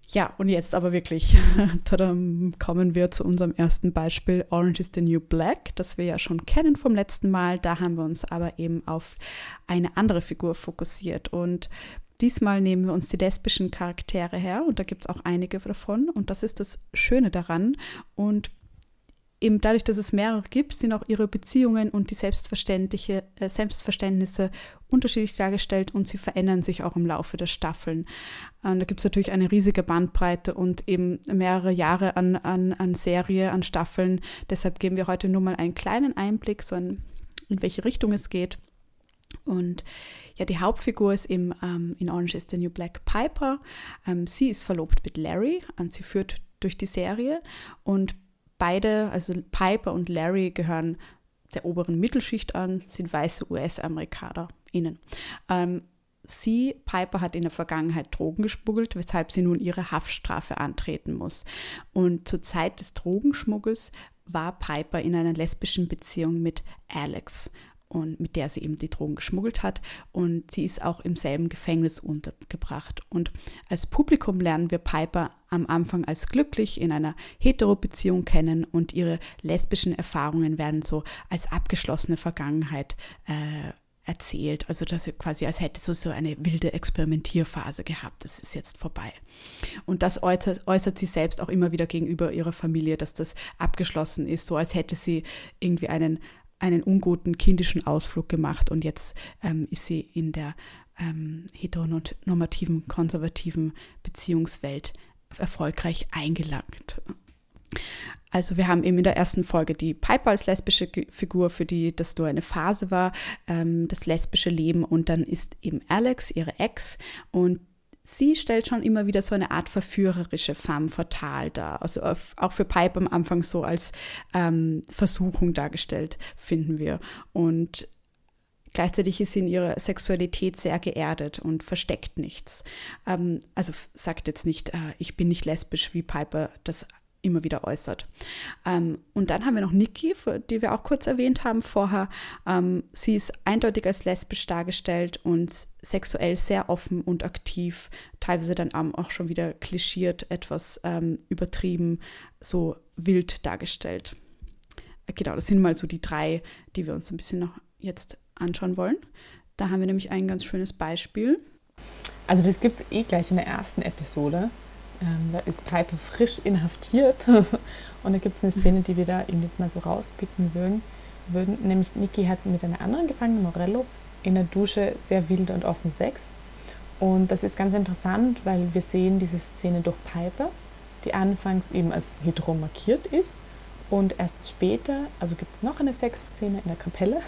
Ja, und jetzt aber wirklich, tadam, kommen wir zu unserem ersten Beispiel, Orange is the New Black, das wir ja schon kennen vom letzten Mal. Da haben wir uns aber eben auf eine andere Figur fokussiert. Und diesmal nehmen wir uns die lesbischen Charaktere her und da gibt es auch einige davon. Und das ist das Schöne daran. Und eben dadurch, dass es mehrere gibt, sind auch ihre Beziehungen und die Selbstverständnisse unterschiedlich dargestellt und sie verändern sich auch im Laufe der Staffeln. Da gibt es natürlich eine riesige Bandbreite und eben mehrere Jahre an Serie, an Staffeln. Deshalb geben wir heute nur mal einen kleinen Einblick, in welche Richtung es geht. Und ja, die Hauptfigur ist eben in Orange is the New Black Piper. Sie ist verlobt mit Larry und sie führt durch die Serie und beide, also Piper und Larry, gehören der oberen Mittelschicht an, sind weiße US-AmerikanerInnen. Piper, hat in der Vergangenheit Drogen geschmuggelt, weshalb sie nun ihre Haftstrafe antreten muss. Und zur Zeit des Drogenschmuggels war Piper in einer lesbischen Beziehung mit Alex, und mit der sie eben die Drogen geschmuggelt hat. Und sie ist auch im selben Gefängnis untergebracht. Und als Publikum lernen wir Piper am Anfang als glücklich in einer Hetero-Beziehung kennen und ihre lesbischen Erfahrungen werden so als abgeschlossene Vergangenheit erzählt. Also dass sie quasi, als hätte sie so eine wilde Experimentierphase gehabt. Das ist jetzt vorbei. Und das äußert sie selbst auch immer wieder gegenüber ihrer Familie, dass das abgeschlossen ist, so als hätte sie irgendwie einen unguten kindischen Ausflug gemacht und jetzt ist sie in der heteronormativen, konservativen Beziehungswelt erfolgreich eingelangt. Also wir haben eben in der ersten Folge die Piper als lesbische Figur, für die das nur eine Phase war, das lesbische Leben, und dann ist eben Alex, ihre Ex, und sie stellt schon immer wieder so eine Art verführerische femme fatale dar. Also auch für Piper am Anfang so als Versuchung dargestellt, finden wir. Und gleichzeitig ist sie in ihrer Sexualität sehr geerdet und versteckt nichts. Also sagt jetzt nicht, ich bin nicht lesbisch, wie Piper das immer wieder äußert. Und dann haben wir noch Nikki, die wir auch kurz erwähnt haben vorher. Sie ist eindeutig als lesbisch dargestellt und sexuell sehr offen und aktiv, teilweise dann auch schon wieder klischiert, etwas übertrieben, so wild dargestellt. Genau, das sind mal so die drei, die wir uns ein bisschen noch jetzt anschauen wollen. Da haben wir nämlich ein ganz schönes Beispiel. Also das gibt es gleich in der ersten Episode. Da ist Piper frisch inhaftiert und da gibt es eine Szene, die wir da eben jetzt mal so rauspicken würden. Nämlich Nikki hat mit einer anderen Gefangenen, Morello, in der Dusche sehr wild und offen Sex. Und das ist ganz interessant, weil wir sehen diese Szene durch Piper, die anfangs eben als hetero markiert ist. Und erst später, also gibt es noch eine Sexszene in der Kapelle,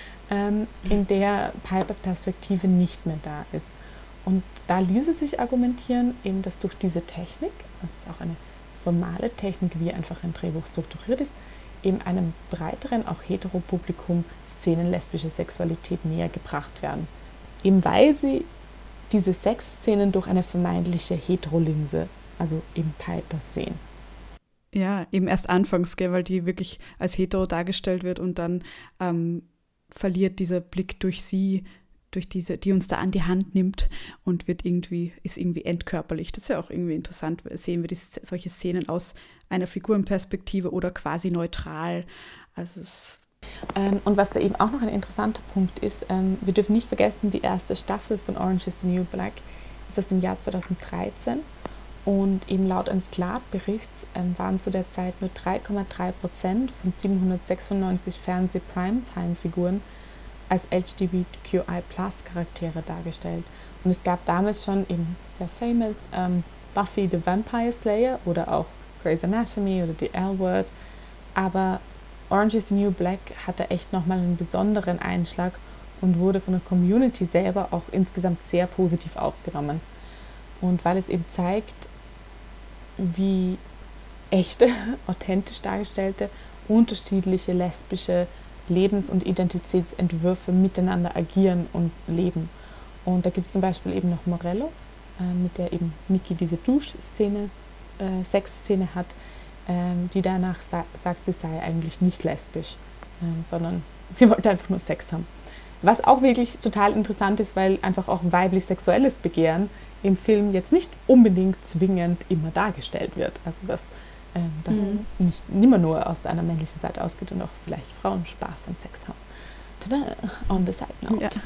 in der Pipers Perspektive nicht mehr da ist. Und da ließe sich argumentieren, eben, dass durch diese Technik, also es ist auch eine formale Technik, wie einfach ein Drehbuch strukturiert ist, eben einem breiteren, auch hetero-Publikum Szenen lesbischer Sexualität näher gebracht werden. Eben weil sie diese Sexszenen durch eine vermeintliche Heterolinse, also eben Piper, sehen. Ja, eben erst anfangs, gell, weil die wirklich als hetero dargestellt wird und dann verliert dieser Blick durch sie, durch diese, die uns da an die Hand nimmt und ist irgendwie entkörperlich. Das ist ja auch irgendwie interessant. Sehen wir solche Szenen aus einer Figurenperspektive oder quasi neutral. Also und was da eben auch noch ein interessanter Punkt ist, wir dürfen nicht vergessen, die erste Staffel von Orange is the New Black ist aus dem Jahr 2013 und eben laut eines GLAAD-Berichts waren zu der Zeit nur 3,3% von 796 Fernseh-Primetime-Figuren als LGBTQI+-Charaktere dargestellt. Und es gab damals schon eben sehr famous Buffy the Vampire Slayer oder auch Grey's Anatomy oder The L-Word. Aber Orange is the New Black hatte echt nochmal einen besonderen Einschlag und wurde von der Community selber auch insgesamt sehr positiv aufgenommen. Und weil es eben zeigt, wie echte, authentisch dargestellte, unterschiedliche lesbische Lebens- und Identitätsentwürfe miteinander agieren und leben. Und da gibt es zum Beispiel eben noch Morello, mit der eben Nikki diese Duschszene, Sexszene hat, die danach sagt, sie sei eigentlich nicht lesbisch, sondern sie wollte einfach nur Sex haben. Was auch wirklich total interessant ist, weil einfach auch weiblich sexuelles Begehren im Film jetzt nicht unbedingt zwingend immer dargestellt wird. Also dass das nicht immer nur aus einer männlichen Seite ausgeht und auch vielleicht Frauen Spaß am Sex haben. Tada, on the side note.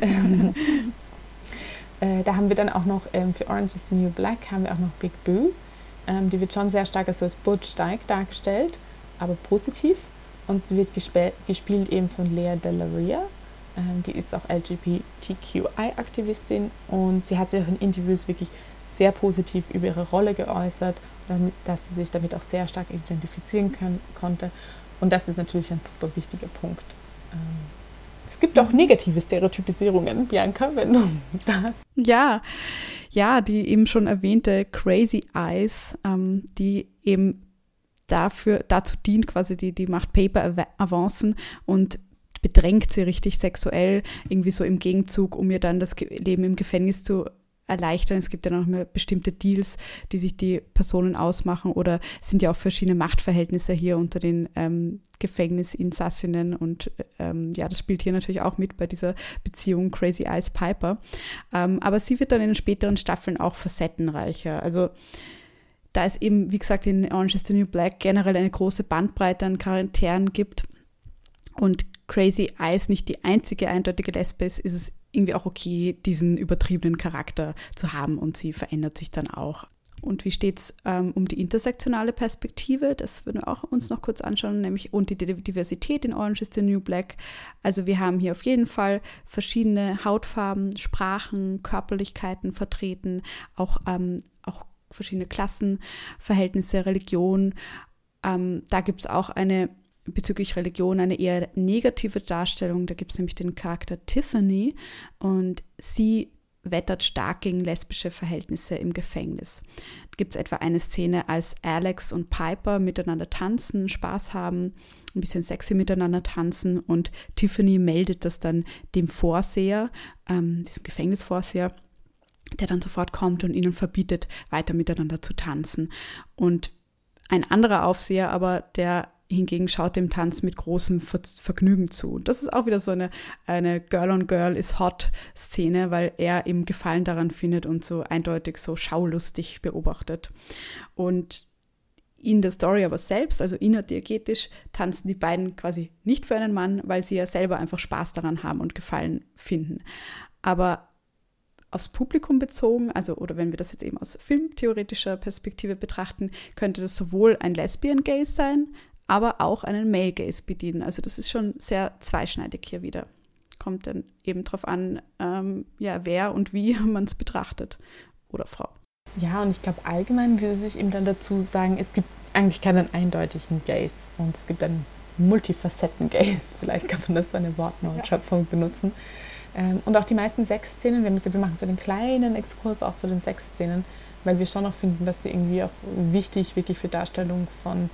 Ja. Da haben wir dann auch noch für Orange is the New Black haben wir auch noch Big Boo. Die wird schon sehr stark als Butch Dyke dargestellt, aber positiv. Und sie wird gespielt eben von Lea DeLaria. Die ist auch LGBTQI-Aktivistin und sie hat sich auch in Interviews wirklich sehr positiv über ihre Rolle geäußert, dass sie sich damit auch sehr stark identifizieren konnte. Und das ist natürlich ein super wichtiger Punkt. Es gibt auch negative Stereotypisierungen, Bianca, wenn du sagst. Ja, die eben schon erwähnte Crazy Eyes, die eben dazu dient, quasi die macht Paper-Avancen und bedrängt sie richtig sexuell, irgendwie so im Gegenzug, um ihr dann das Leben im Gefängnis zu erleichtern. Es gibt ja noch mehr bestimmte Deals, die sich die Personen ausmachen, oder es sind ja auch verschiedene Machtverhältnisse hier unter den Gefängnisinsassinnen und das spielt hier natürlich auch mit bei dieser Beziehung Crazy Eyes Piper. Aber sie wird dann in den späteren Staffeln auch facettenreicher. Also da es eben, wie gesagt, in Orange is the New Black generell eine große Bandbreite an Charakteren gibt und Crazy Eyes nicht die einzige eindeutige Lesbe ist, ist es irgendwie auch okay, diesen übertriebenen Charakter zu haben, und sie verändert sich dann auch. Und wie steht es um die intersektionale Perspektive? Das würden wir auch uns noch kurz anschauen, nämlich und die Diversität in Orange is the New Black. Also wir haben hier auf jeden Fall verschiedene Hautfarben, Sprachen, Körperlichkeiten vertreten, auch verschiedene Klassen, Verhältnisse, Religion. Da gibt es auch bezüglich Religion eine eher negative Darstellung. Da gibt es nämlich den Charakter Tiffany und sie wettert stark gegen lesbische Verhältnisse im Gefängnis. Da gibt es etwa eine Szene, als Alex und Piper miteinander tanzen, Spaß haben, ein bisschen sexy miteinander tanzen, und Tiffany meldet das dann dem Vorseher, diesem Gefängnisvorseher, der dann sofort kommt und ihnen verbietet, weiter miteinander zu tanzen. Und ein anderer Aufseher aber, der hingegen schaut dem Tanz mit großem Vergnügen zu. Und das ist auch wieder so eine Girl-on-Girl-is-hot-Szene, weil er eben Gefallen daran findet und so eindeutig so schaulustig beobachtet. Und in der Story aber selbst, also innerdiegetisch, tanzen die beiden quasi nicht für einen Mann, weil sie ja selber einfach Spaß daran haben und Gefallen finden. Aber aufs Publikum bezogen, oder wenn wir das jetzt eben aus filmtheoretischer Perspektive betrachten, könnte das sowohl ein Lesbian Gaze sein, aber auch einen Male Gaze bedienen. Also das ist schon sehr zweischneidig hier wieder. Kommt dann eben drauf an, wer und wie man es betrachtet, oder Frau. Ja, und ich glaube allgemein, die sich eben dann dazu sagen, es gibt eigentlich keinen eindeutigen Gaze und es gibt einen Multifacetten-Gaze. Vielleicht kann man das so eine Wortneuschöpfung benutzen. Und auch die meisten Sexszenen, wir machen so einen kleinen Exkurs auch zu den Sexszenen, weil wir schon noch finden, dass die irgendwie auch wichtig wirklich für Darstellung von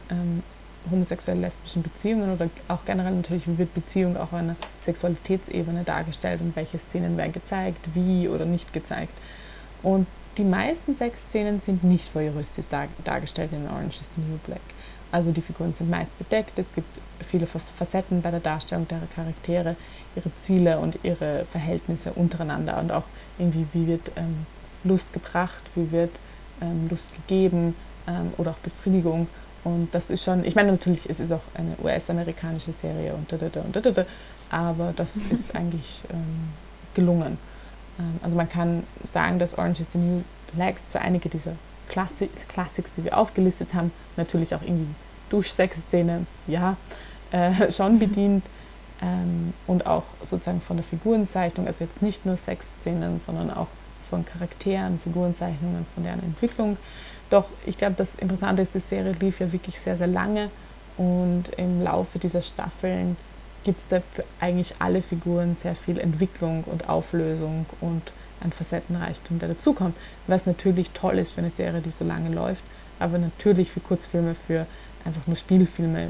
homosexuell-lesbischen Beziehungen oder auch generell natürlich, wie wird Beziehung auch auf einer Sexualitätsebene dargestellt und welche Szenen werden gezeigt, wie oder nicht gezeigt. Und die meisten Sexszenen sind nicht voyeuristisch dargestellt in Orange is the New Black. Also die Figuren sind meist bedeckt, es gibt viele Facetten bei der Darstellung der Charaktere, ihre Ziele und ihre Verhältnisse untereinander und auch irgendwie, wie wird Lust gebracht, wie wird Lust gegeben oder auch Befriedigung. Und das ist schon, ich meine natürlich, es ist auch eine US-amerikanische Serie und aber das ist eigentlich gelungen. Also man kann sagen, dass Orange is the New Black zwar einige dieser Classics, die wir aufgelistet haben, natürlich auch irgendwie Duschsexszene, schon bedient und auch sozusagen von der Figurenzeichnung, also jetzt nicht nur Sexszenen, sondern auch von Charakteren, Figurenzeichnungen, von deren Entwicklung. Doch ich glaube, das Interessante ist, die Serie lief ja wirklich sehr, sehr lange und im Laufe dieser Staffeln gibt es da für eigentlich alle Figuren sehr viel Entwicklung und Auflösung und ein Facettenreichtum, der dazukommt, was natürlich toll ist für eine Serie, die so lange läuft, aber natürlich für Kurzfilme, für einfach nur Spielfilme,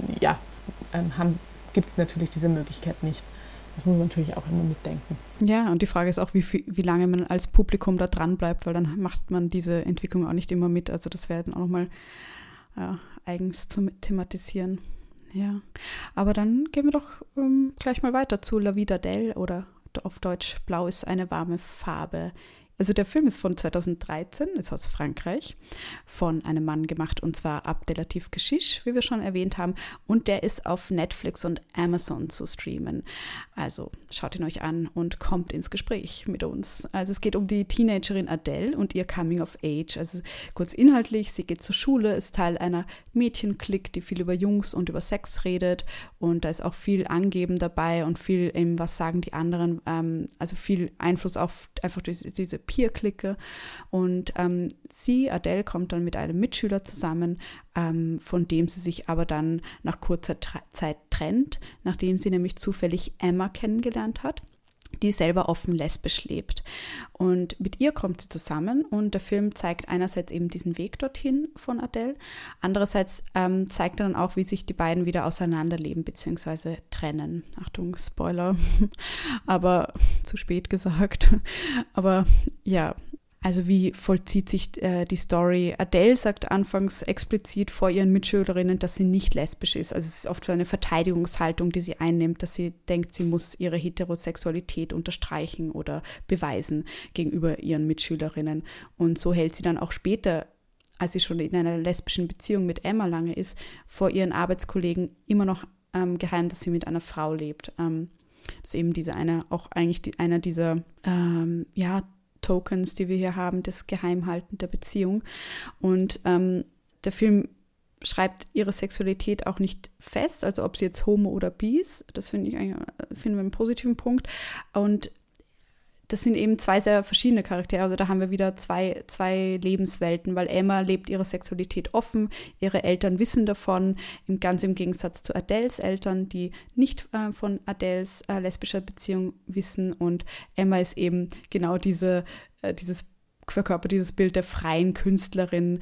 gibt es natürlich diese Möglichkeit nicht. Das muss man natürlich auch immer mitdenken. Ja, und die Frage ist auch, wie lange man als Publikum da dran bleibt, weil dann macht man diese Entwicklung auch nicht immer mit. Also das wäre dann auch nochmal eigens zu thematisieren. Ja, aber dann gehen wir doch gleich mal weiter zu La Vida Del oder auf Deutsch Blau ist eine warme Farbe Also der Film ist von 2013, ist aus Frankreich, von einem Mann gemacht, und zwar Abdelatif Kechiche, wie wir schon erwähnt haben. Und der ist auf Netflix und Amazon zu streamen. Also schaut ihn euch an und kommt ins Gespräch mit uns. Also es geht um die Teenagerin Adele und ihr Coming of Age. Also kurz inhaltlich, sie geht zur Schule, ist Teil einer Mädchenklick, die viel über Jungs und über Sex redet. Und da ist auch viel Angeben dabei und viel eben, was sagen die anderen, also viel Einfluss auf einfach diese Peer-Clique. Und sie, Adele, kommt dann mit einem Mitschüler zusammen, von dem sie sich aber dann nach kurzer Zeit trennt, nachdem sie nämlich zufällig Emma kennengelernt hat, die selber offen lesbisch lebt. Und mit ihr kommt sie zusammen und der Film zeigt einerseits eben diesen Weg dorthin von Adele, andererseits zeigt er dann auch, wie sich die beiden wieder auseinanderleben bzw. trennen. Achtung, Spoiler, aber zu spät gesagt. Aber ja, also wie vollzieht sich die Story? Adele sagt anfangs explizit vor ihren Mitschülerinnen, dass sie nicht lesbisch ist. Also es ist oft so eine Verteidigungshaltung, die sie einnimmt, dass sie denkt, sie muss ihre Heterosexualität unterstreichen oder beweisen gegenüber ihren Mitschülerinnen. Und so hält sie dann auch später, als sie schon in einer lesbischen Beziehung mit Emma lange ist, vor ihren Arbeitskollegen immer noch geheim, dass sie mit einer Frau lebt. Das ist eben einer dieser Tokens, die wir hier haben, das Geheimhalten der Beziehung. Und der Film schreibt ihre Sexualität auch nicht fest, also ob sie jetzt homo oder bi ist. Das finden wir einen positiven Punkt. Und das sind eben zwei sehr verschiedene Charaktere. Also da haben wir wieder zwei Lebenswelten, weil Emma lebt ihre Sexualität offen, ihre Eltern wissen davon, ganz im Gegensatz zu Adeles Eltern, die nicht von Adeles lesbischer Beziehung wissen. Und Emma ist eben genau verkörpert dieses Bild der freien Künstlerin,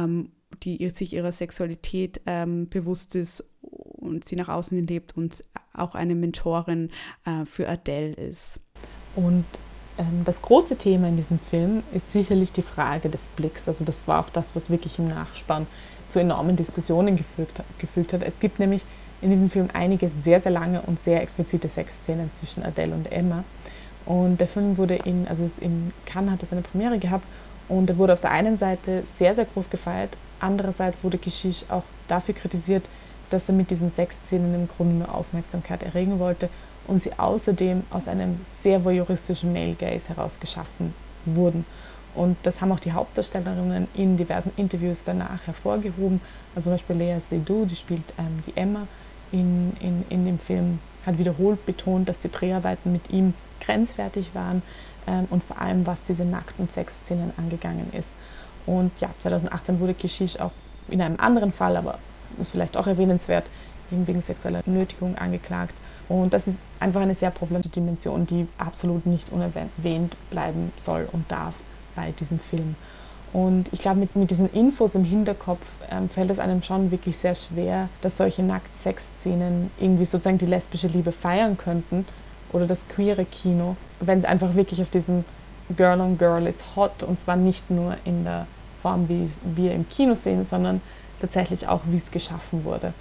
die sich ihrer Sexualität bewusst ist und sie nach außen hin lebt und auch eine Mentorin für Adele ist. Und das große Thema in diesem Film ist sicherlich die Frage des Blicks. Also das war auch das, was wirklich im Nachspann zu enormen Diskussionen geführt hat. Es gibt nämlich in diesem Film einige sehr, sehr lange und sehr explizite Sexszenen zwischen Adele und Emma. Und der Film wurde in Cannes hat er seine Premiere gehabt und er wurde auf der einen Seite sehr, sehr groß gefeiert. Andererseits wurde Kechiche auch dafür kritisiert, dass er mit diesen Sexszenen im Grunde nur Aufmerksamkeit erregen wollte und sie außerdem aus einem sehr voyeuristischen Male Gaze heraus geschaffen wurden. Und das haben auch die Hauptdarstellerinnen in diversen Interviews danach hervorgehoben. Also zum Beispiel Lea Seydoux, die spielt die Emma in dem Film, hat wiederholt betont, dass die Dreharbeiten mit ihm grenzwertig waren und vor allem, was diese nackten Sexszenen angegangen ist. Und ja, 2018 wurde Kechiche auch in einem anderen Fall, aber ist vielleicht auch erwähnenswert, wegen sexueller Nötigung angeklagt. Und das ist einfach eine sehr problematische Dimension, die absolut nicht unerwähnt bleiben soll und darf bei diesem Film. Und ich glaube, mit diesen Infos im Hinterkopf fällt es einem schon wirklich sehr schwer, dass solche Nackt-Sex-Szenen irgendwie sozusagen die lesbische Liebe feiern könnten oder das queere Kino, wenn es einfach wirklich auf diesem Girl on Girl is hot, und zwar nicht nur in der Form, wie wir im Kino sehen, sondern tatsächlich auch, wie es geschaffen wurde,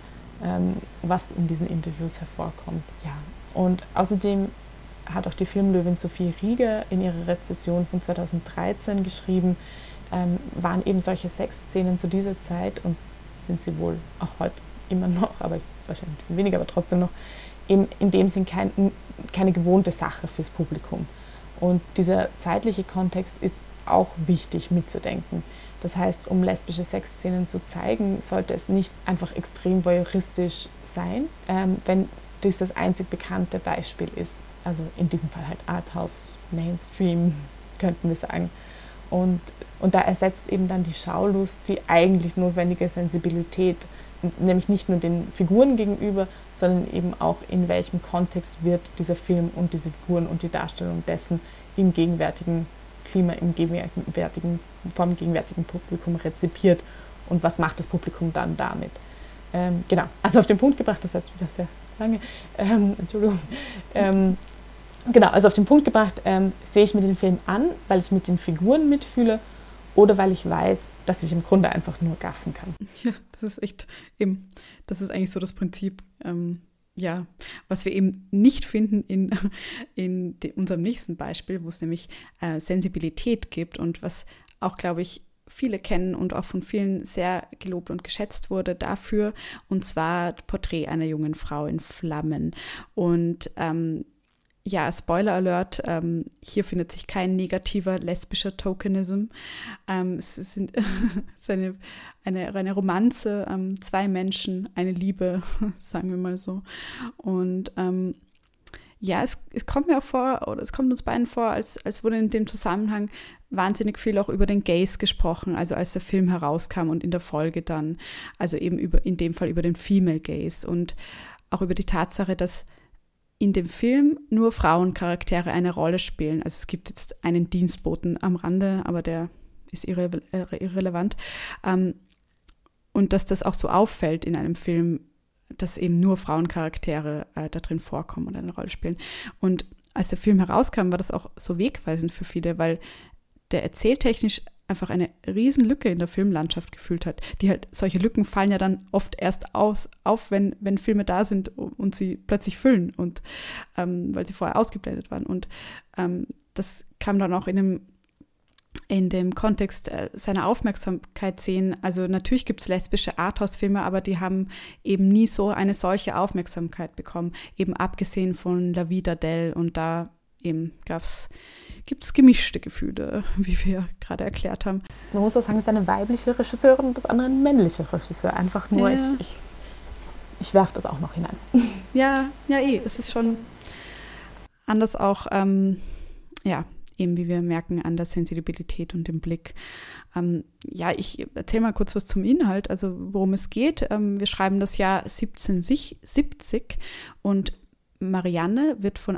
was in diesen Interviews hervorkommt. Ja. Und außerdem hat auch die Filmlöwin Sophie Rieger in ihrer Rezession von 2013 geschrieben, waren eben solche Sexszenen zu dieser Zeit, und sind sie wohl auch heute immer noch, aber wahrscheinlich ein bisschen weniger, aber trotzdem noch, eben in dem Sinn keine gewohnte Sache fürs Publikum. Und dieser zeitliche Kontext ist auch wichtig mitzudenken. Das heißt, um lesbische Sexszenen zu zeigen, sollte es nicht einfach extrem voyeuristisch sein, wenn dies das einzig bekannte Beispiel ist. Also in diesem Fall halt Arthouse, Mainstream, könnten wir sagen. Und da ersetzt eben dann die Schaulust die eigentlich notwendige Sensibilität, nämlich nicht nur den Figuren gegenüber, sondern eben auch in welchem Kontext wird dieser Film und diese Figuren und die Darstellung dessen im gegenwärtigen Klima, vom gegenwärtigen Publikum rezipiert und was macht das Publikum dann damit. Genau, also auf den Punkt gebracht, das war jetzt wieder sehr lange, Entschuldigung. Genau, also auf den Punkt gebracht, sehe ich mir den Film an, weil ich mit den Figuren mitfühle oder weil ich weiß, dass ich im Grunde einfach nur gaffen kann. Ja, das ist echt eben, das ist eigentlich so das Prinzip, ja, was wir eben nicht finden in unserem nächsten Beispiel, wo es nämlich Sensibilität gibt und was auch, glaube ich, viele kennen und auch von vielen sehr gelobt und geschätzt wurde dafür, und zwar Porträt einer jungen Frau in Flammen. Und ja, Spoiler Alert, hier findet sich kein negativer lesbischer Tokenism. Es ist eine Romanze, zwei Menschen, eine Liebe, sagen wir mal so. Und ja, es kommt mir auch vor, oder es kommt uns beiden vor, als wurde in dem Zusammenhang wahnsinnig viel auch über den Gaze gesprochen, also als der Film herauskam und in der Folge dann, also eben in dem Fall über den Female Gaze und auch über die Tatsache, dass in dem Film nur Frauencharaktere eine Rolle spielen. Also es gibt jetzt einen Dienstboten am Rande, aber der ist irrelevant. Und dass das auch so auffällt in einem Film, dass eben nur Frauencharaktere da drin vorkommen und eine Rolle spielen. Und als der Film herauskam, war das auch so wegweisend für viele, weil der erzähltechnisch einfach eine riesen Lücke in der Filmlandschaft gefühlt hat. Solche Lücken fallen ja dann oft erst auf, wenn Filme da sind und sie plötzlich füllen und weil sie vorher ausgeblendet waren. Und das kam dann auch in dem Kontext seiner Aufmerksamkeit sehen. Also natürlich gibt es lesbische Arthouse-Filme, aber die haben eben nie so eine solche Aufmerksamkeit bekommen, eben abgesehen von La Vie d'Adèle, und da eben gibt es gemischte Gefühle, wie wir gerade erklärt haben. Man muss auch sagen, es ist eine weibliche Regisseurin und das andere ein männlicher Regisseur. Einfach nur, ja. Ich werfe das auch noch hinein. Ja, es ist schon anders auch, ja, eben wie wir merken, an der Sensibilität und dem Blick. Ja, ich erzähle mal kurz was zum Inhalt, also worum es geht. Wir schreiben das Jahr 1770 und Marianne wird von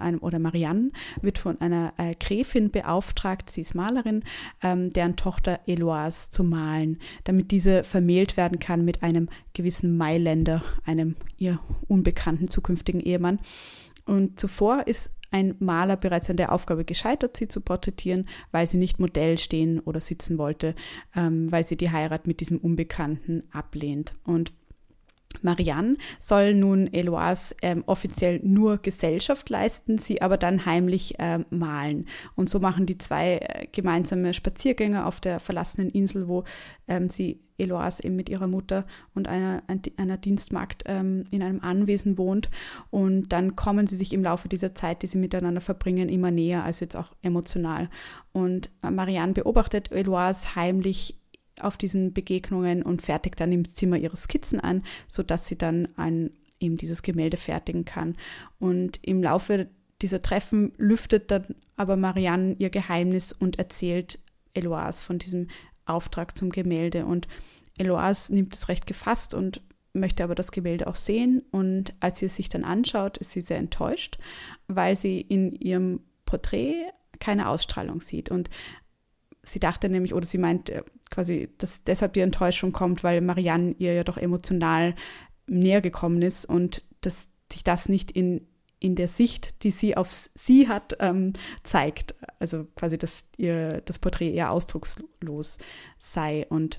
einer Gräfin beauftragt, sie ist Malerin, deren Tochter Eloise zu malen, damit diese vermählt werden kann mit einem gewissen Mailänder, einem ihr unbekannten zukünftigen Ehemann. Und zuvor ist ein Maler bereits an der Aufgabe gescheitert, sie zu porträtieren, weil sie nicht Modell stehen oder sitzen wollte, weil sie die Heirat mit diesem Unbekannten ablehnt. Und Marianne soll nun Eloise offiziell nur Gesellschaft leisten, sie aber dann heimlich malen. Und so machen die zwei gemeinsame Spaziergänge auf der verlassenen Insel, wo sie Eloise eben mit ihrer Mutter und einer Dienstmagd in einem Anwesen wohnt. Und dann kommen sie sich im Laufe dieser Zeit, die sie miteinander verbringen, immer näher, also jetzt auch emotional. Und Marianne beobachtet Eloise heimlich auf diesen Begegnungen und fertigt dann im Zimmer ihre Skizzen an, sodass sie dann eben dieses Gemälde fertigen kann. Und im Laufe dieser Treffen lüftet dann aber Marianne ihr Geheimnis und erzählt Eloise von diesem Auftrag zum Gemälde. Und Eloise nimmt es recht gefasst und möchte aber das Gemälde auch sehen. Und als sie es sich dann anschaut, ist sie sehr enttäuscht, weil sie in ihrem Porträt keine Ausstrahlung sieht. Und sie dachte nämlich, oder sie meint quasi, dass deshalb die Enttäuschung kommt, weil Marianne ihr ja doch emotional näher gekommen ist und dass sich das nicht in der Sicht, die sie auf sie hat, zeigt. Also quasi, dass das Porträt eher ausdruckslos sei. Und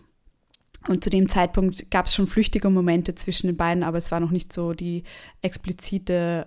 zu dem Zeitpunkt gab es schon flüchtige Momente zwischen den beiden, aber es war noch nicht so die explizite,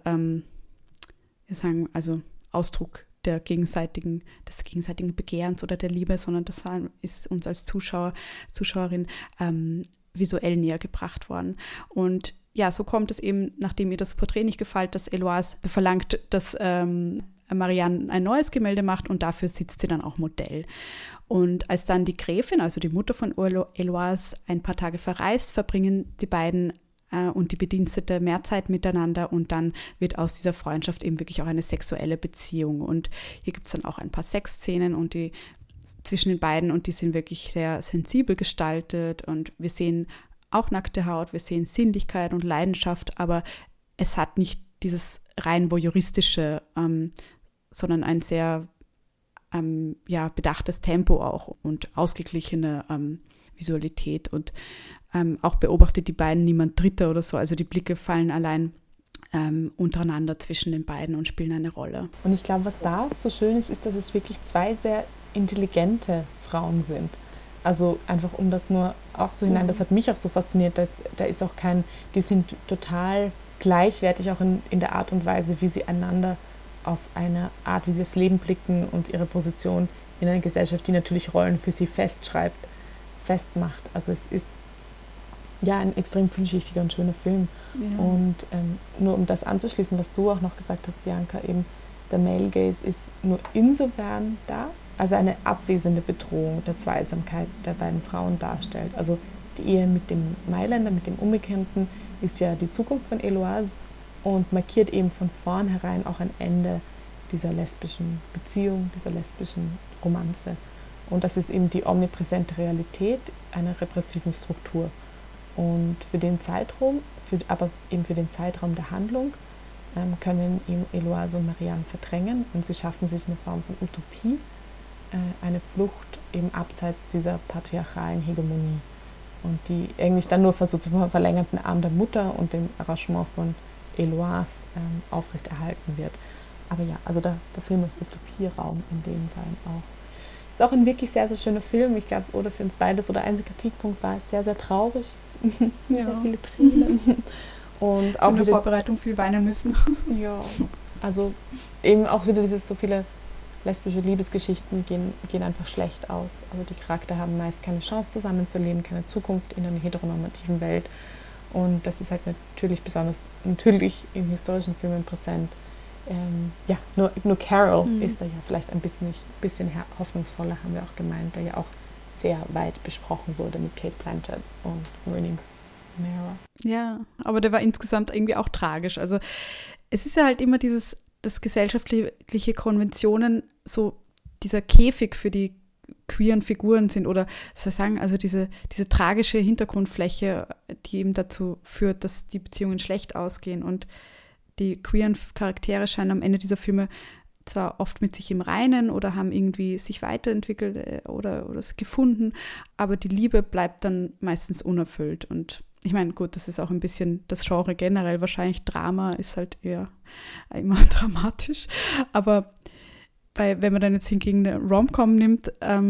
Ausdruck des gegenseitigen Begehrens oder der Liebe, sondern das ist uns als Zuschauerin visuell näher gebracht worden. Und ja, so kommt es eben, nachdem ihr das Porträt nicht gefällt, dass Eloise verlangt, dass Marianne ein neues Gemälde macht und dafür sitzt sie dann auch Modell. Und als dann die Gräfin, also die Mutter von Eloise, ein paar Tage verreist, verbringen die beiden und die Bedienstete mehr Zeit miteinander und dann wird aus dieser Freundschaft eben wirklich auch eine sexuelle Beziehung. Und hier gibt es dann auch ein paar Sexszenen und zwischen den beiden und die sind wirklich sehr sensibel gestaltet und wir sehen auch nackte Haut, wir sehen Sinnlichkeit und Leidenschaft, aber es hat nicht dieses rein voyeuristische, sondern ein sehr bedachtes Tempo auch und ausgeglichene Visualität und auch beobachtet die beiden niemand Dritter oder so, also die Blicke fallen allein untereinander zwischen den beiden und spielen eine Rolle. Und ich glaube, was da so schön ist, ist, dass es wirklich zwei sehr intelligente Frauen sind. Also einfach um das nur auch so hinein, das hat mich auch so fasziniert, da ist auch die sind total gleichwertig auch in der Art und Weise, wie sie einander auf eine Art, wie sie aufs Leben blicken und ihre Position in einer Gesellschaft, die natürlich Rollen für sie festschreibt, festmacht. Also es ist ja ein extrem vielschichtiger und schöner Film. Ja. Und nur um das anzuschließen, was du auch noch gesagt hast, Bianca, eben der Male Gaze ist nur insofern da, also eine abwesende Bedrohung der Zweisamkeit der beiden Frauen darstellt. Also die Ehe mit dem Mailänder, mit dem Unbekannten, ist ja die Zukunft von Eloise und markiert eben von vornherein auch ein Ende dieser lesbischen Beziehung, dieser lesbischen Romanze. Und das ist eben die omnipräsente Realität einer repressiven Struktur. Und für den Zeitraum, aber eben für den Zeitraum der Handlung, können eben Eloise und Marianne verdrängen und sie schaffen sich eine Form von Utopie, eine Flucht eben abseits dieser patriarchalen Hegemonie. Und die eigentlich dann nur so zum verlängerten Arm der Mutter und dem Arrangement von Eloise aufrechterhalten wird. Aber ja, also der Film ist Utopieraum in dem Fall auch. Ist auch ein wirklich sehr, sehr schöner Film. Ich glaube, oder für uns beides, oder einziger Kritikpunkt war es sehr, sehr traurig. Ja. Sehr viele Tränen. Und auch in der Vorbereitung viel weinen müssen. Ja, also eben auch wieder so viele lesbische Liebesgeschichten gehen einfach schlecht aus. Also die Charakter haben meist keine Chance zusammenzuleben, keine Zukunft in einer heteronormativen Welt. Und das ist halt natürlich besonders natürlich in historischen Filmen präsent. Ja, nur Carol ist da ja vielleicht ein bisschen hoffnungsvoller, haben wir auch gemeint, der ja auch sehr weit besprochen wurde mit Cate Blanchett und Rooney Mara. Ja, aber der war insgesamt irgendwie auch tragisch. Also es ist ja halt immer dass gesellschaftliche Konventionen so dieser Käfig für die queeren Figuren sind oder soll ich sagen, also diese tragische Hintergrundfläche, die eben dazu führt, dass die Beziehungen schlecht ausgehen und die queeren Charaktere scheinen am Ende dieser Filme zwar oft mit sich im Reinen oder haben irgendwie sich weiterentwickelt oder es gefunden, aber die Liebe bleibt dann meistens unerfüllt. Und ich meine, gut, das ist auch ein bisschen das Genre generell, wahrscheinlich Drama ist halt eher immer dramatisch, aber wenn man dann jetzt hingegen eine Rom-Com nimmt,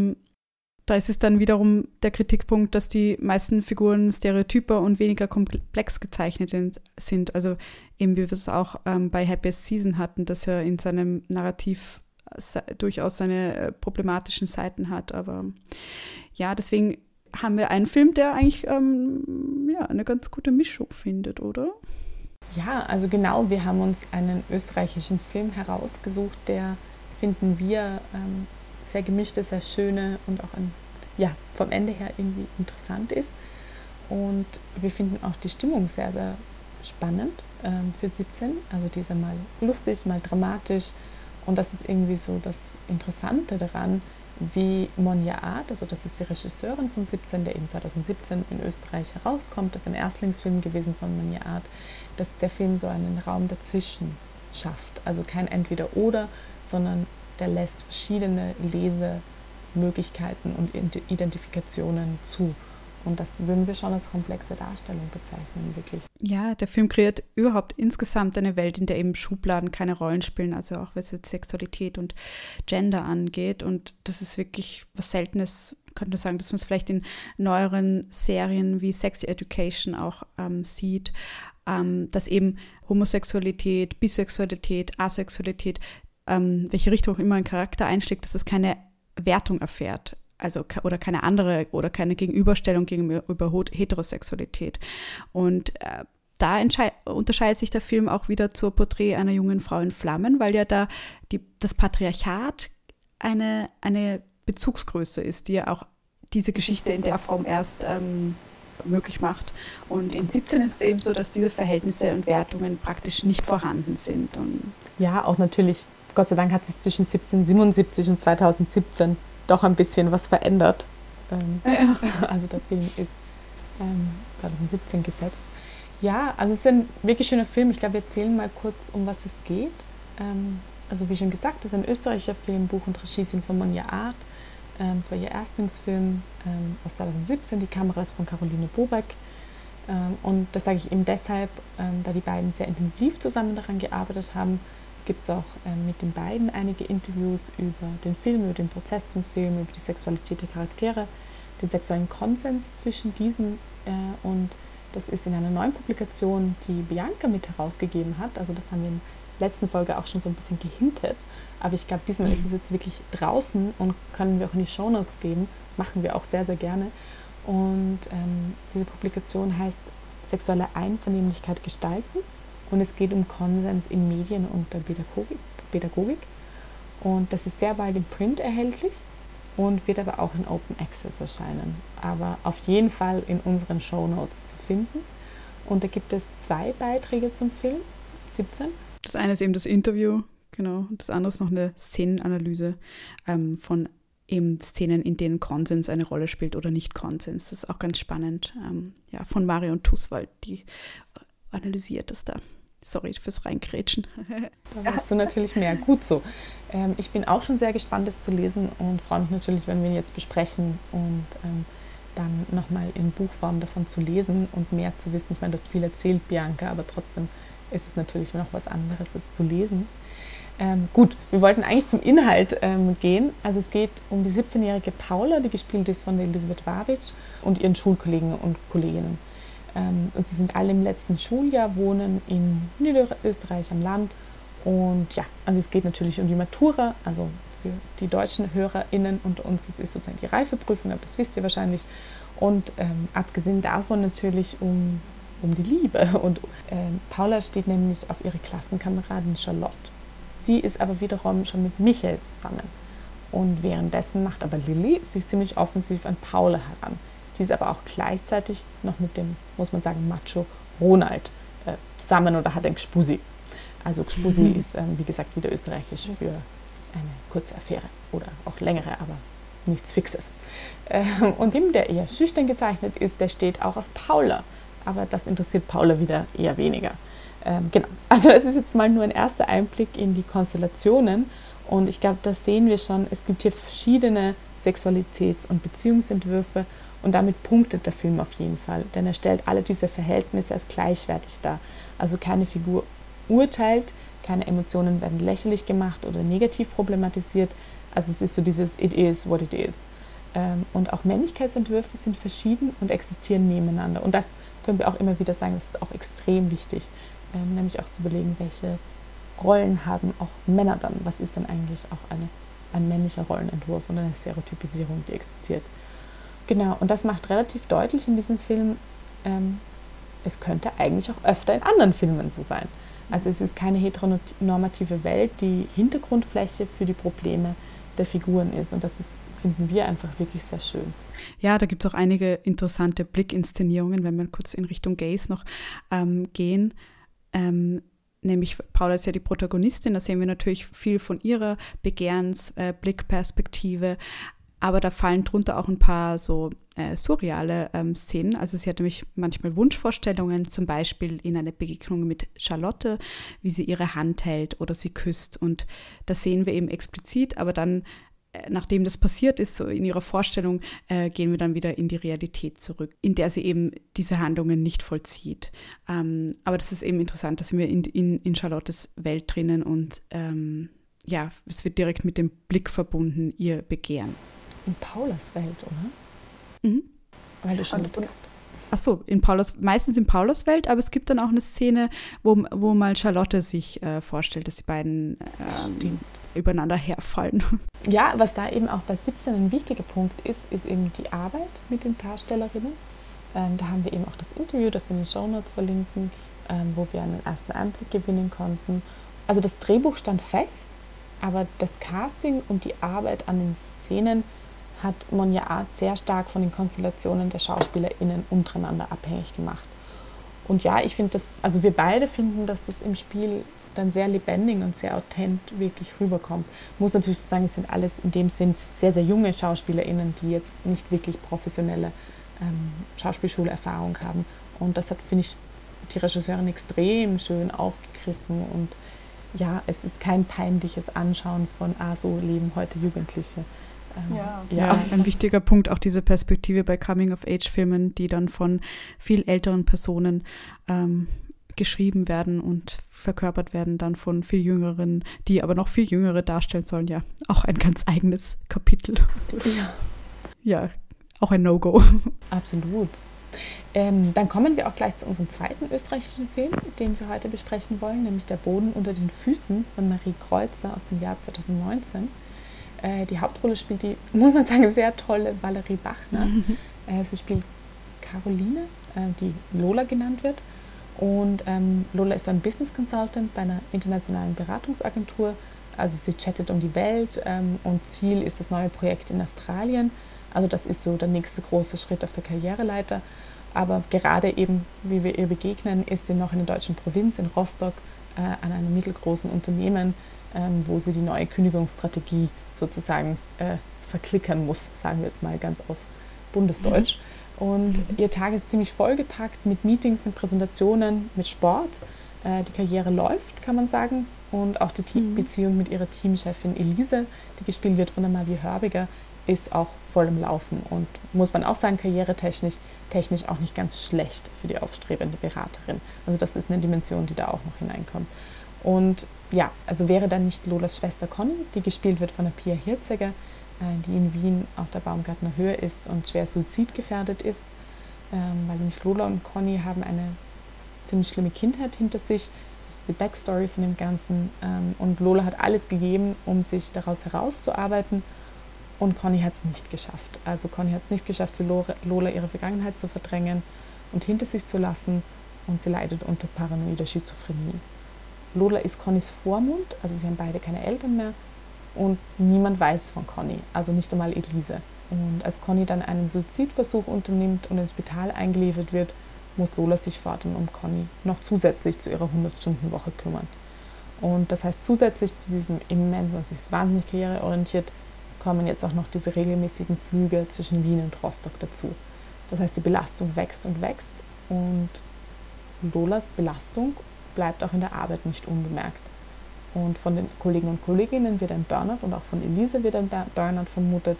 da ist es dann wiederum der Kritikpunkt, dass die meisten Figuren stereotyper und weniger komplex gezeichnet sind. Also eben wie wir es auch bei Happiest Season hatten, dass er in seinem Narrativ durchaus seine problematischen Seiten hat. Aber ja, deswegen haben wir einen Film, der eigentlich eine ganz gute Mischung findet, oder? Ja, also genau, wir haben uns einen österreichischen Film herausgesucht, der, finden wir, sehr gemischte, sehr schöne und auch vom Ende her irgendwie interessant ist. Und wir finden auch die Stimmung sehr, sehr spannend für 17. Also die ist ja mal lustig, mal dramatisch. Und das ist irgendwie so das Interessante daran, wie Monja Art, also das ist die Regisseurin von 17, der eben 2017 in Österreich herauskommt, das ist ein Erstlingsfilm gewesen von Monja Art, dass der Film so einen Raum dazwischen schafft. Also kein Entweder-Oder, sondern der lässt verschiedene Lesemöglichkeiten und Identifikationen zu. Und das würden wir schon als komplexe Darstellung bezeichnen, wirklich. Ja, der Film kreiert überhaupt insgesamt eine Welt, in der eben Schubladen keine Rollen spielen, also auch was jetzt Sexualität und Gender angeht. Und das ist wirklich was Seltenes, könnte man sagen, dass man es vielleicht in neueren Serien wie Sex Education auch sieht, dass eben Homosexualität, Bisexualität, Asexualität, welche Richtung auch immer ein Charakter einschlägt, dass es keine Wertung erfährt. Also oder keine andere oder keine Gegenüberstellung gegenüber Heterosexualität. Und da unterscheidet sich der Film auch wieder zur Porträt einer jungen Frau in Flammen, weil ja da das Patriarchat eine Bezugsgröße ist, die ja auch diese Geschichte in der Form erst möglich macht. Und in 17 ist es eben so, dass diese Verhältnisse und Wertungen praktisch nicht vorhanden sind. Und ja, auch natürlich, Gott sei Dank hat sich zwischen 1777 und 2017 doch ein bisschen was verändert. Ja. Also der Film ist 2017 gesetzt. Ja, also es ist ein wirklich schöner Film. Ich glaube, wir erzählen mal kurz, um was es geht. Also wie schon gesagt, das ist ein österreichischer Film, Buch und Regie sind von Monja Art. Es war ihr Erstlingsfilm aus 2017. Die Kamera ist von Caroline Bobeck. Und das sage ich eben deshalb, da die beiden sehr intensiv zusammen daran gearbeitet haben, gibt es auch mit den beiden einige Interviews über den Film, über den Prozess zum Film, über die Sexualität der Charaktere, den sexuellen Konsens zwischen diesen und Das ist in einer neuen Publikation, die Bianca mit herausgegeben hat. Also das haben wir in der letzten Folge auch schon so ein bisschen gehintet. Aber ich glaube, diesmal ist es jetzt wirklich draußen und können wir auch in die Shownotes geben. Machen wir auch sehr, sehr gerne. Und diese Publikation heißt Sexuelle Einvernehmlichkeit gestalten. Und es geht um Konsens in Medien und der Pädagogik. Und das ist sehr bald im Print erhältlich und wird aber auch in Open Access erscheinen. Aber auf jeden Fall in unseren Shownotes zu finden. Und da gibt es 2 Beiträge zum Film, 17. Das eine ist eben das Interview, genau. Und das andere ist noch eine Szenenanalyse von eben Szenen, in denen Konsens eine Rolle spielt oder nicht Konsens. Das ist auch ganz spannend. Von Marion Tuswald, die analysiert das da. Sorry fürs Reingrätschen. Da weißt du natürlich mehr. Gut so. Ich bin auch schon sehr gespannt, das zu lesen und freue mich natürlich, wenn wir ihn jetzt besprechen und dann nochmal in Buchform davon zu lesen und mehr zu wissen. Ich meine, du hast viel erzählt, Bianca, aber trotzdem ist es natürlich noch was anderes, es zu lesen. Gut, wir wollten eigentlich zum Inhalt gehen. Also es geht um die 17-jährige Paula, die gespielt ist von der Elisabeth Wavic und ihren Schulkollegen und Kolleginnen. Und sie sind alle im letzten Schuljahr, wohnen in Niederösterreich am Land. Und ja, also es geht natürlich um die Matura, also für die deutschen HörerInnen und uns, das ist sozusagen die Reifeprüfung, aber das wisst ihr wahrscheinlich. Und abgesehen davon natürlich um die Liebe. Und Paula steht nämlich auf ihre Klassenkameradin Charlotte. Die ist aber wiederum schon mit Michael zusammen. Und währenddessen macht aber Lilly sich ziemlich offensiv an Paula heran. Die ist aber auch gleichzeitig noch mit dem, muss man sagen, Macho Ronald zusammen oder hat ein Gspusi. Also Gspusi ist, wie gesagt, wieder österreichisch für eine kurze Affäre oder auch längere, aber nichts Fixes. Und dem, der eher schüchtern gezeichnet ist, der steht auch auf Paula. Aber das interessiert Paula wieder eher weniger. Genau, also das ist jetzt mal nur ein erster Einblick in die Konstellationen. Und ich glaube, das sehen wir schon. Es gibt hier verschiedene Sexualitäts- und Beziehungsentwürfe. Und damit punktet der Film auf jeden Fall, denn er stellt alle diese Verhältnisse als gleichwertig dar. Also keine Figur urteilt, keine Emotionen werden lächerlich gemacht oder negativ problematisiert. Also es ist so dieses It is what it is. Und auch Männlichkeitsentwürfe sind verschieden und existieren nebeneinander. Und das können wir auch immer wieder sagen, das ist auch extrem wichtig, nämlich auch zu überlegen, welche Rollen haben auch Männer dann. Was ist denn eigentlich auch ein männlicher Rollenentwurf und eine Stereotypisierung, die existiert. Genau, und das macht relativ deutlich in diesem Film, es könnte eigentlich auch öfter in anderen Filmen so sein. Also es ist keine heteronormative Welt, die Hintergrundfläche für die Probleme der Figuren ist. Und das ist, finden wir einfach wirklich sehr schön. Ja, da gibt es auch einige interessante Blickinszenierungen, wenn wir kurz in Richtung Gays noch gehen. Nämlich Paula ist ja die Protagonistin, da sehen wir natürlich viel von ihrer Begehrensblickperspektive. Aber da fallen drunter auch ein paar so surreale Szenen. Also sie hat nämlich manchmal Wunschvorstellungen, zum Beispiel in einer Begegnung mit Charlotte, wie sie ihre Hand hält oder sie küsst. Und das sehen wir eben explizit, aber dann, nachdem das passiert ist, so in ihrer Vorstellung, gehen wir dann wieder in die Realität zurück, in der sie eben diese Handlungen nicht vollzieht. Aber das ist eben interessant, da sind wir in Charlottes Welt drinnen und es wird direkt mit dem Blick verbunden, ihr Begehren. In Paulas Welt, oder? Mhm. Weil du schon bist. Ach so, meistens in Paulas Welt, aber es gibt dann auch eine Szene, wo mal Charlotte sich vorstellt, dass die beiden übereinander herfallen. Ja, was da eben auch bei 17 ein wichtiger Punkt ist eben die Arbeit mit den Darstellerinnen. Da haben wir eben auch das Interview, das wir in den Shownotes verlinken, wo wir einen ersten Einblick gewinnen konnten. Also das Drehbuch stand fest, aber das Casting und die Arbeit an den Szenen hat Monia Art sehr stark von den Konstellationen der SchauspielerInnen untereinander abhängig gemacht. Und ja, ich finde das, also wir beide finden, dass das im Spiel dann sehr lebendig und sehr authentisch wirklich rüberkommt. Ich muss natürlich sagen, es sind alles in dem Sinn sehr, sehr junge SchauspielerInnen, die jetzt nicht wirklich professionelle Schauspielschulerfahrung haben. Und das hat, finde ich, die Regisseurin extrem schön aufgegriffen. Und ja, es ist kein peinliches Anschauen von, so leben heute Jugendliche. Ja, ein wichtiger Punkt, auch diese Perspektive bei Coming-of-Age-Filmen, die dann von viel älteren Personen geschrieben werden und verkörpert werden, dann von viel Jüngeren, die aber noch viel Jüngere darstellen sollen. Ja, auch ein ganz eigenes Kapitel. Ja, auch ein No-Go. Absolut. Dann kommen wir auch gleich zu unserem zweiten österreichischen Film, den wir heute besprechen wollen, nämlich Der Boden unter den Füßen von Marie Kreuzer aus dem Jahr 2019. Die Hauptrolle spielt die, muss man sagen, sehr tolle Valerie Bachner. Sie spielt Caroline, die Lola genannt wird. Und Lola ist so ein Business Consultant bei einer internationalen Beratungsagentur. Also sie chattet um die Welt und Ziel ist das neue Projekt in Australien. Also das ist so der nächste große Schritt auf der Karriereleiter. Aber gerade eben, wie wir ihr begegnen, ist sie noch in der deutschen Provinz in Rostock an einem mittelgroßen Unternehmen, wo sie die neue Kündigungsstrategie sozusagen verklickern muss, sagen wir jetzt mal ganz auf Bundesdeutsch. Und ihr Tag ist ziemlich vollgepackt mit Meetings, mit Präsentationen, mit Sport. Die Karriere läuft, kann man sagen. Und auch die Beziehung mit ihrer Teamchefin Elise, die gespielt wird von der Mavi Hörbiger, ist auch voll im Laufen. Und muss man auch sagen, karrieretechnisch auch nicht ganz schlecht für die aufstrebende Beraterin. Also das ist eine Dimension, die da auch noch hineinkommt. Und ja, also wäre dann nicht Lolas Schwester Conny, die gespielt wird von der Pia Hirzegger, die in Wien auf der Baumgartner Höhe ist und schwer suizidgefährdet ist, weil nämlich Lola und Conny haben eine ziemlich schlimme Kindheit hinter sich. Das ist die Backstory von dem Ganzen. Und Lola hat alles gegeben, um sich daraus herauszuarbeiten. Und Conny hat es nicht geschafft. Also Conny hat es nicht geschafft, für Lola ihre Vergangenheit zu verdrängen und hinter sich zu lassen. Und sie leidet unter paranoider Schizophrenie. Lola ist Connys Vormund, also sie haben beide keine Eltern mehr. Und niemand weiß von Conny, also nicht einmal Elise. Und als Conny dann einen Suizidversuch unternimmt und ins Spital eingeliefert wird, muss Lola sich fortan um Conny noch zusätzlich zu ihrer 100-Stunden-Woche kümmern. Und das heißt, zusätzlich zu diesem Moment, was ist wahnsinnig karriereorientiert, kommen jetzt auch noch diese regelmäßigen Flüge zwischen Wien und Rostock dazu. Das heißt, die Belastung wächst und wächst und Lolas Belastung bleibt auch in der Arbeit nicht unbemerkt. Und von den Kollegen und Kolleginnen wird ein Burnout und auch von Elise wird ein Burnout vermutet.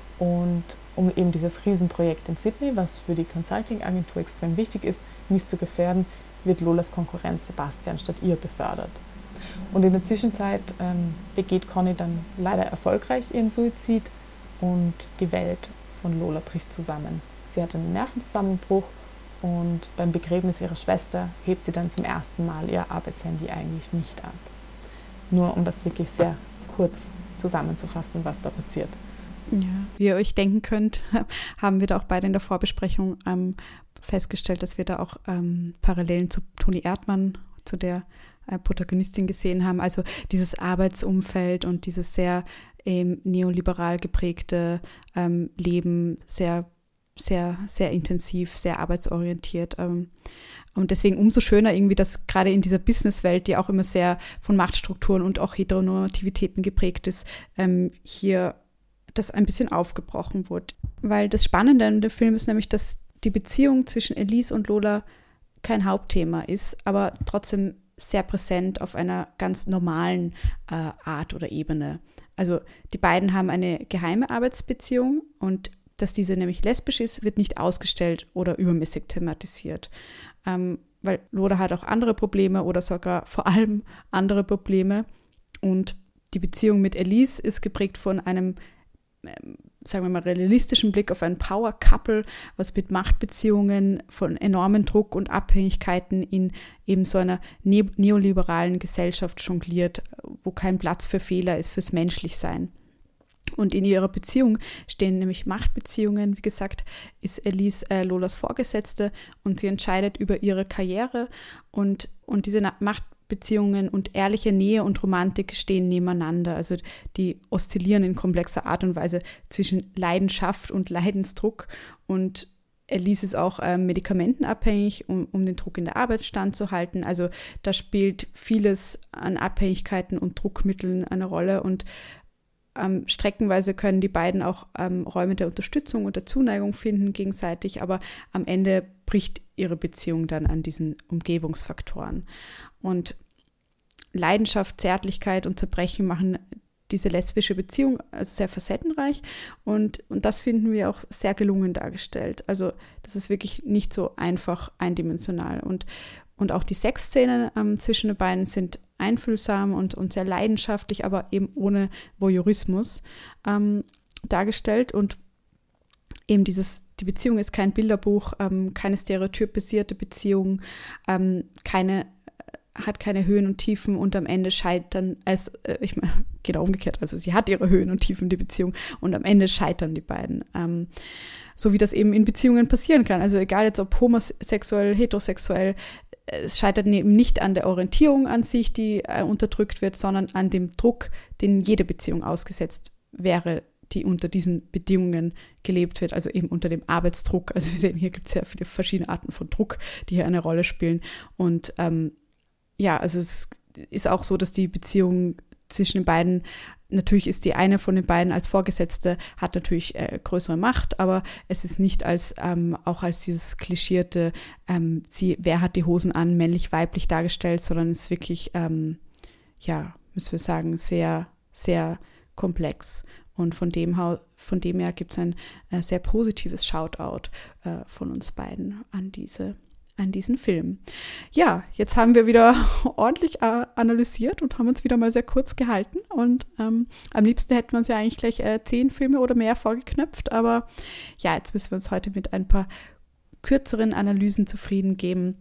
Und um eben dieses Riesenprojekt in Sydney, was für die Consulting-Agentur extrem wichtig ist, nicht zu gefährden, wird Lolas Konkurrent Sebastian statt ihr befördert. Und in der Zwischenzeit begeht Conny dann leider erfolgreich ihren Suizid und die Welt von Lola bricht zusammen. Sie hat einen Nervenzusammenbruch und beim Begräbnis ihrer Schwester hebt sie dann zum ersten Mal ihr Arbeitshandy eigentlich nicht ab. Nur um das wirklich sehr kurz zusammenzufassen, was da passiert. Ja, wie ihr euch denken könnt, haben wir da auch beide in der Vorbesprechung festgestellt, dass wir da auch Parallelen zu Toni Erdmann, zu der Protagonistin gesehen haben. Also dieses Arbeitsumfeld und dieses sehr neoliberal geprägte Leben, sehr, sehr, sehr intensiv, sehr arbeitsorientiert. Und deswegen umso schöner irgendwie, dass gerade in dieser Businesswelt, die auch immer sehr von Machtstrukturen und auch Heteronormativitäten geprägt ist, hier das ein bisschen aufgebrochen wurde. Weil das Spannende an dem Film ist nämlich, dass die Beziehung zwischen Elise und Lola kein Hauptthema ist, aber trotzdem sehr präsent auf einer ganz normalen Art oder Ebene. Also die beiden haben eine geheime Arbeitsbeziehung und dass diese nämlich lesbisch ist, wird nicht ausgestellt oder übermäßig thematisiert. Weil Lola hat auch andere Probleme oder sogar vor allem andere Probleme. Und die Beziehung mit Elise ist geprägt von einem, sagen wir mal, realistischen Blick auf ein Power-Couple, was mit Machtbeziehungen von enormen Druck und Abhängigkeiten in eben so einer neoliberalen Gesellschaft jongliert, wo kein Platz für Fehler ist, fürs Menschlichsein. Und in ihrer Beziehung stehen nämlich Machtbeziehungen. Wie gesagt, ist Elise Lolas Vorgesetzte und sie entscheidet über ihre Karriere und diese Machtbeziehungen und ehrliche Nähe und Romantik stehen nebeneinander. Also die oszillieren in komplexer Art und Weise zwischen Leidenschaft und Leidensdruck. Und Elise ist auch medikamentenabhängig, um den Druck in der Arbeit standzuhalten. Also da spielt vieles an Abhängigkeiten und Druckmitteln eine Rolle und streckenweise können die beiden auch Räume der Unterstützung und der Zuneigung finden gegenseitig, aber am Ende bricht ihre Beziehung dann an diesen Umgebungsfaktoren. Und Leidenschaft, Zärtlichkeit und Zerbrechen machen diese lesbische Beziehung also sehr facettenreich und das finden wir auch sehr gelungen dargestellt. Also das ist wirklich nicht so einfach eindimensional und auch die Sexszenen zwischen den beiden sind einfühlsam und sehr leidenschaftlich, aber eben ohne Voyeurismus dargestellt und eben dieses die Beziehung ist kein Bilderbuch, keine stereotypisierte Beziehung, hat keine Höhen und Tiefen und am Ende scheitern, genau umgekehrt, also sie hat ihre Höhen und Tiefen, die Beziehung, und am Ende scheitern die beiden. So wie das eben in Beziehungen passieren kann. Also egal jetzt ob homosexuell, heterosexuell, es scheitert eben nicht an der Orientierung an sich, die unterdrückt wird, sondern an dem Druck, den jede Beziehung ausgesetzt wäre, die unter diesen Bedingungen gelebt wird, also eben unter dem Arbeitsdruck. Also wir sehen, hier gibt es ja viele verschiedene Arten von Druck, die hier eine Rolle spielen. Und also es ist auch so, dass die Beziehung zwischen den beiden, natürlich ist die eine von den beiden als Vorgesetzte, hat natürlich größere Macht, aber es ist nicht auch als dieses klischierte, wer hat die Hosen an, männlich-weiblich dargestellt, sondern es ist wirklich, müssen wir sagen, sehr, sehr komplex. Und von dem her gibt es ein sehr positives Shoutout von uns beiden an diesen Film. Ja, jetzt haben wir wieder ordentlich analysiert und haben uns wieder mal sehr kurz gehalten. Und am liebsten hätten wir uns ja eigentlich gleich 10 Filme oder mehr vorgeknöpft. Aber ja, jetzt müssen wir uns heute mit ein paar kürzeren Analysen zufrieden geben.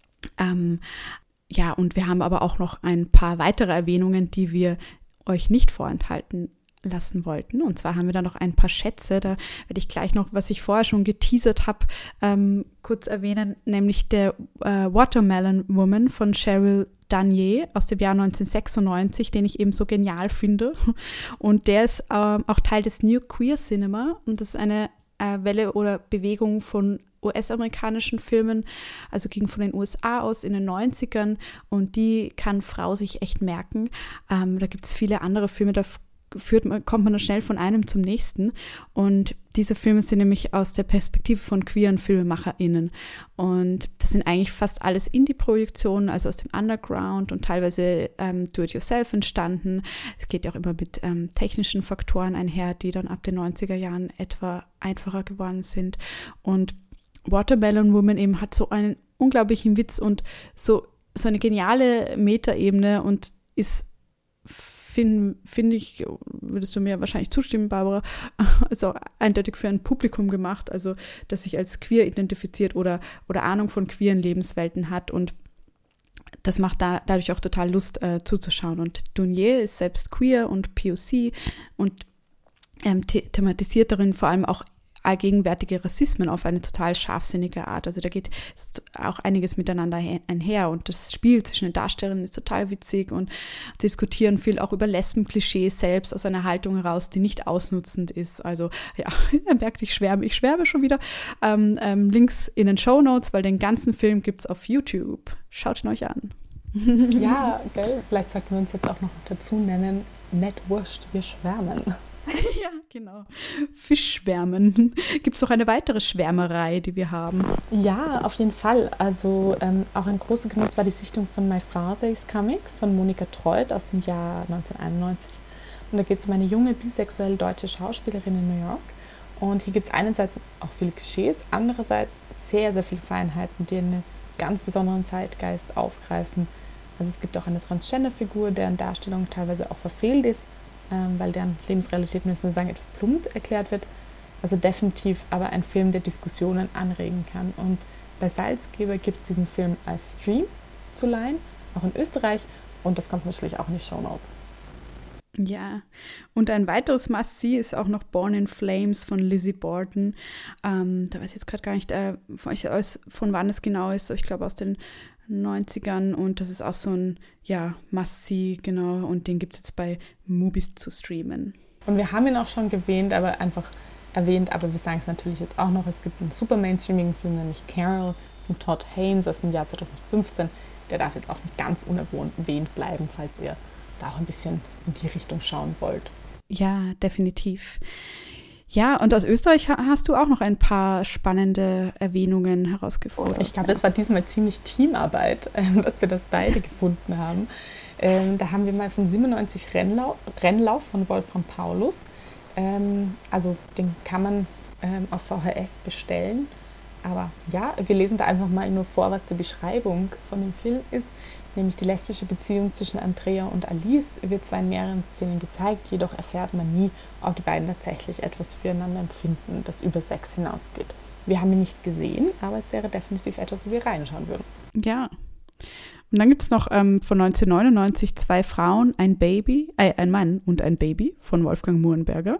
Und wir haben aber auch noch ein paar weitere Erwähnungen, die wir euch nicht vorenthalten lassen wollten. Und zwar haben wir da noch ein paar Schätze, da werde ich gleich noch, was ich vorher schon geteasert habe, kurz erwähnen, nämlich der Watermelon Woman von Cheryl Dunye aus dem Jahr 1996, den ich eben so genial finde. Und der ist auch Teil des New Queer Cinema und das ist eine Welle oder Bewegung von US-amerikanischen Filmen, also ging von den USA aus in den 90ern und die kann Frau sich echt merken. Da gibt es viele andere Filme, da kommt man dann schnell von einem zum nächsten. Und diese Filme sind nämlich aus der Perspektive von queeren FilmemacherInnen. Und das sind eigentlich fast alles Indie-Produktionen, also aus dem Underground und teilweise do-it-yourself entstanden. Es geht ja auch immer mit technischen Faktoren einher, die dann ab den 90er Jahren etwa einfacher geworden sind. Und Watermelon Woman eben hat so einen unglaublichen Witz und so eine geniale Metaebene und ist finde ich, würdest du mir wahrscheinlich zustimmen, Barbara, also eindeutig für ein Publikum gemacht, also das sich als queer identifiziert oder Ahnung von queeren Lebenswelten hat und das macht dadurch auch total Lust zuzuschauen. Und Dunye ist selbst queer und POC und thematisiert darin vor allem auch allgegenwärtige Rassismen auf eine total scharfsinnige Art. Also da geht auch einiges miteinander einher und das Spiel zwischen den Darstellerinnen ist total witzig und diskutieren viel auch über Lesben-Klischees selbst aus einer Haltung heraus, die nicht ausnutzend ist. Also ja, ihr merkt, ich schwärme schon wieder. Links in den Shownotes, weil den ganzen Film gibt es auf YouTube. Schaut ihn euch an. Ja, gell? Vielleicht sollten wir uns jetzt auch noch dazu nennen, nett wurscht, wir schwärmen. Ja, genau. Fischschwärmen. Gibt es noch eine weitere Schwärmerei, die wir haben? Ja, auf jeden Fall. Also auch ein großer Genuss war die Sichtung von My Father is Coming von Monika Treut aus dem Jahr 1991. Und da geht es um eine junge bisexuelle deutsche Schauspielerin in New York. Und hier gibt es einerseits auch viele Klischees, andererseits sehr, sehr viele Feinheiten, die einen ganz besonderen Zeitgeist aufgreifen. Also es gibt auch eine Transgender-Figur, deren Darstellung teilweise auch verfehlt ist, weil deren Lebensrealität, müssen wir sagen, etwas plump erklärt wird. Also definitiv aber ein Film, der Diskussionen anregen kann. Und bei Salzgeber gibt es diesen Film als Stream zu leihen, auch in Österreich. Und das kommt natürlich auch in die Shownotes. Ja, und ein weiteres Must-See ist auch noch Born in Flames von Lizzie Borden. Da weiß ich jetzt gerade gar nicht, von wann es genau ist. Ich glaube aus den 90ern und das ist auch so ein Must-See, genau, und den gibt es jetzt bei Movies zu streamen. Und wir haben ihn auch schon erwähnt, aber wir sagen es natürlich jetzt auch noch, es gibt einen super mainstreamigen Film, nämlich Carol von Todd Haynes aus dem Jahr 2015. Der darf jetzt auch nicht ganz unerwähnt bleiben, falls ihr da auch ein bisschen in die Richtung schauen wollt. Ja, definitiv. Ja, und aus Österreich hast du auch noch ein paar spannende Erwähnungen herausgefunden. Ich glaube, das war diesmal ziemlich Teamarbeit, dass wir das beide gefunden haben. Da haben wir mal von 97 Rennlauf von Wolfram Paulus. Also den kann man auf VHS bestellen. Aber ja, wir lesen da einfach mal nur vor, was die Beschreibung von dem Film ist. Nämlich die lesbische Beziehung zwischen Andrea und Alice wird zwar in mehreren Szenen gezeigt, jedoch erfährt man nie, ob die beiden tatsächlich etwas füreinander empfinden, das über Sex hinausgeht. Wir haben ihn nicht gesehen, aber es wäre definitiv etwas, wo wir reinschauen würden. Ja. Und dann gibt es noch von 1999 Zwei Frauen, ein Mann und ein Baby von Wolfgang Murenberger.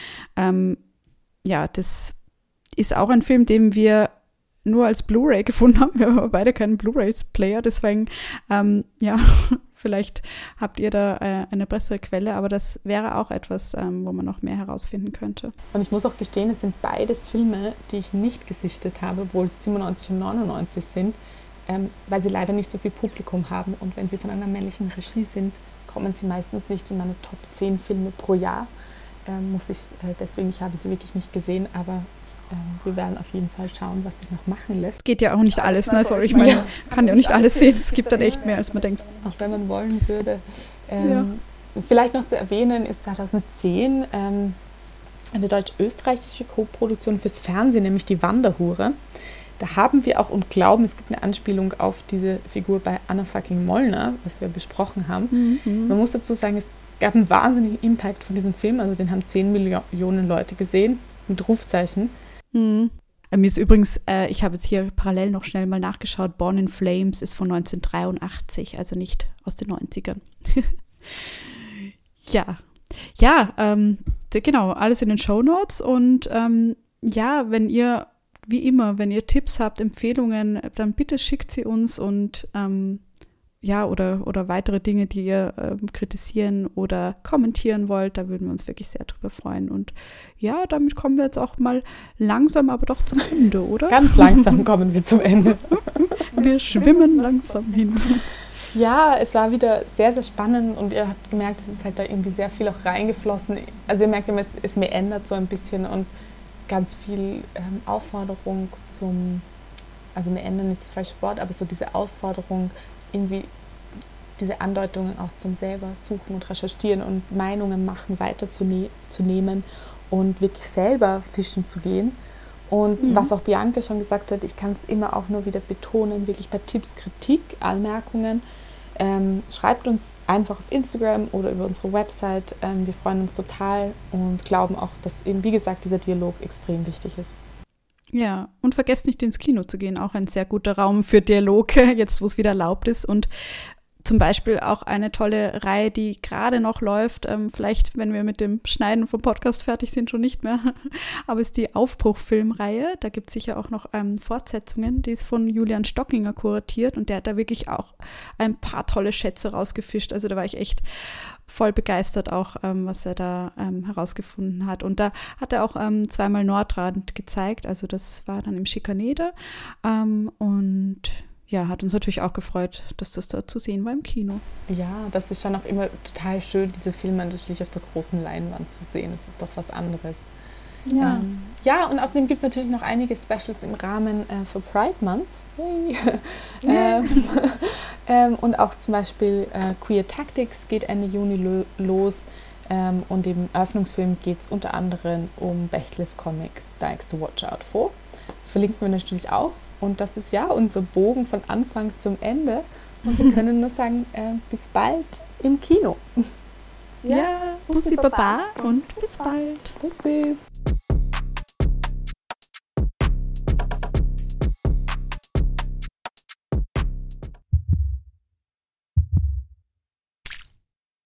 Das ist auch ein Film, den wir nur als Blu-ray gefunden haben. Wir haben aber beide keinen Blu-ray-Player, deswegen, vielleicht habt ihr da eine bessere Quelle, aber das wäre auch etwas, wo man noch mehr herausfinden könnte. Und ich muss auch gestehen, es sind beides Filme, die ich nicht gesichtet habe, obwohl es 97 und 99 sind, weil sie leider nicht so viel Publikum haben. Und wenn sie von einer männlichen Regie sind, kommen sie meistens nicht in meine Top 10 Filme pro Jahr. Deswegen, ich habe sie wirklich nicht gesehen, aber wir werden auf jeden Fall schauen, was sich noch machen lässt. Geht ja auch nicht alles, ne? Sorry, ich meine, kann ja nicht alles sehen. Es gibt dann echt mehr, als man denkt. Auch wenn man wollen würde. Vielleicht noch zu erwähnen ist 2010 eine deutsch-österreichische Co-Produktion fürs Fernsehen, nämlich Die Wanderhure. Da haben wir auch und glauben, es gibt eine Anspielung auf diese Figur bei Anna fucking Mollner, was wir besprochen haben. Mhm. Man muss dazu sagen, es gab einen wahnsinnigen Impact von diesem Film, also den haben 10 Millionen Leute gesehen, mit Rufzeichen. Mhm. Mir ist übrigens, ich habe jetzt hier parallel noch schnell mal nachgeschaut, Born in Flames ist von 1983, also nicht aus den 90ern. Genau, alles in den Shownotes und wenn ihr, wie immer, wenn ihr Tipps habt, Empfehlungen, dann bitte schickt sie uns und oder weitere Dinge, die ihr kritisieren oder kommentieren wollt, da würden wir uns wirklich sehr drüber freuen. Und ja, damit kommen wir jetzt auch mal langsam, aber doch zum Ende, oder? Ganz langsam kommen wir zum Ende. Wir schwimmen langsam hin. Ja, es war wieder sehr, sehr spannend und ihr habt gemerkt, es ist halt da irgendwie sehr viel auch reingeflossen. Also ihr merkt immer, es mir ändert so ein bisschen und ganz viel Aufforderung also mir ändern ist das falsche Wort, aber so diese Aufforderung, irgendwie diese Andeutungen auch zum selber suchen und recherchieren und Meinungen machen, weiterzunehmen und wirklich selber fischen zu gehen. Und was auch Bianca schon gesagt hat, ich kann es immer auch nur wieder betonen, wirklich bei Tipps, Kritik, Anmerkungen, schreibt uns einfach auf Instagram oder über unsere Website. Wir freuen uns total und glauben auch, dass eben, wie gesagt, dieser Dialog extrem wichtig ist. Ja, und vergesst nicht ins Kino zu gehen, auch ein sehr guter Raum für Dialoge, jetzt wo es wieder erlaubt ist und zum Beispiel auch eine tolle Reihe, die gerade noch läuft, vielleicht, wenn wir mit dem Schneiden vom Podcast fertig sind, schon nicht mehr, aber ist die Aufbruch-Filmreihe, da gibt es sicher auch noch Fortsetzungen, die ist von Julian Stockinger kuratiert und der hat da wirklich auch ein paar tolle Schätze rausgefischt, also da war ich echt voll begeistert auch, was er da herausgefunden hat. Und da hat er auch zweimal Nordrand gezeigt, also das war dann im Schikaneder und ja, hat uns natürlich auch gefreut, dass das da zu sehen war im Kino. Ja, das ist schon auch immer total schön, diese Filme natürlich auf der großen Leinwand zu sehen. Das ist doch was anderes. Ja, und außerdem gibt es natürlich noch einige Specials im Rahmen für Pride Month. Und auch zum Beispiel Queer Tactics geht Ende Juni los. Und im Eröffnungsfilm geht es unter anderem um Bechtles Comics Dykes to Watch Out For. Verlinken wir natürlich auch. Und das ist ja unser Bogen von Anfang zum Ende. Und wir können nur sagen, bis bald im Kino. Ja, Bussi Baba und bis bald. Bussis.